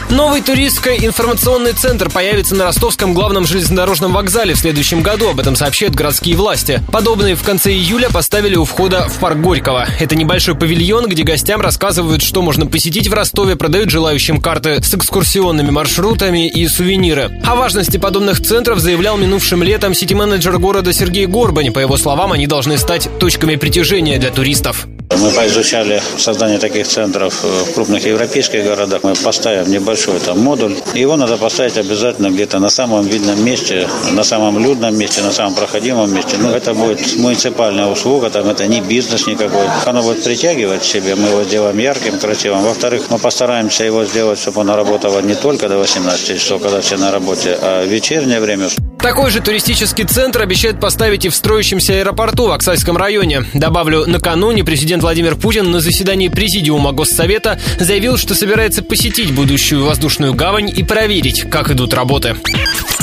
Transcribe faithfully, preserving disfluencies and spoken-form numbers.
Новый туристско-информационный центр появится на ростовском главном железнодорожном вокзале в следующем году. Об этом сообщают городские власти. Подобные в конце июля поставили у входа в парк Горького. Это небольшой павильон, где гостям рассказывают, что можно посетить в Ростове, продают желающим карты с экскурсионными маршрутами и сувениры. О важности подобных центров заявлял минувшим летом сити-менеджер города Сергей Горбань. По его словам, они должны стать точками притяжения для туристов. Мы поизучали создание таких центров в крупных европейских городах. Мы поставим небольшой там модуль. Его надо поставить обязательно где-то на самом видном месте, на самом людном месте, на самом проходимом месте. Ну, это будет муниципальная услуга, там это не бизнес никакой. Оно будет притягивать к себе, мы его сделаем ярким, красивым. Во-вторых, мы постараемся его сделать, чтобы оно работало не только до восемнадцати часов, когда все на работе, а в вечернее время. Такой же туристический центр обещают поставить и в строящемся аэропорту в Аксайском районе. Добавлю, накануне президент Владимир Путин на заседании Президиума Госсовета заявил, что собирается посетить будущую воздушную гавань и проверить, как идут работы.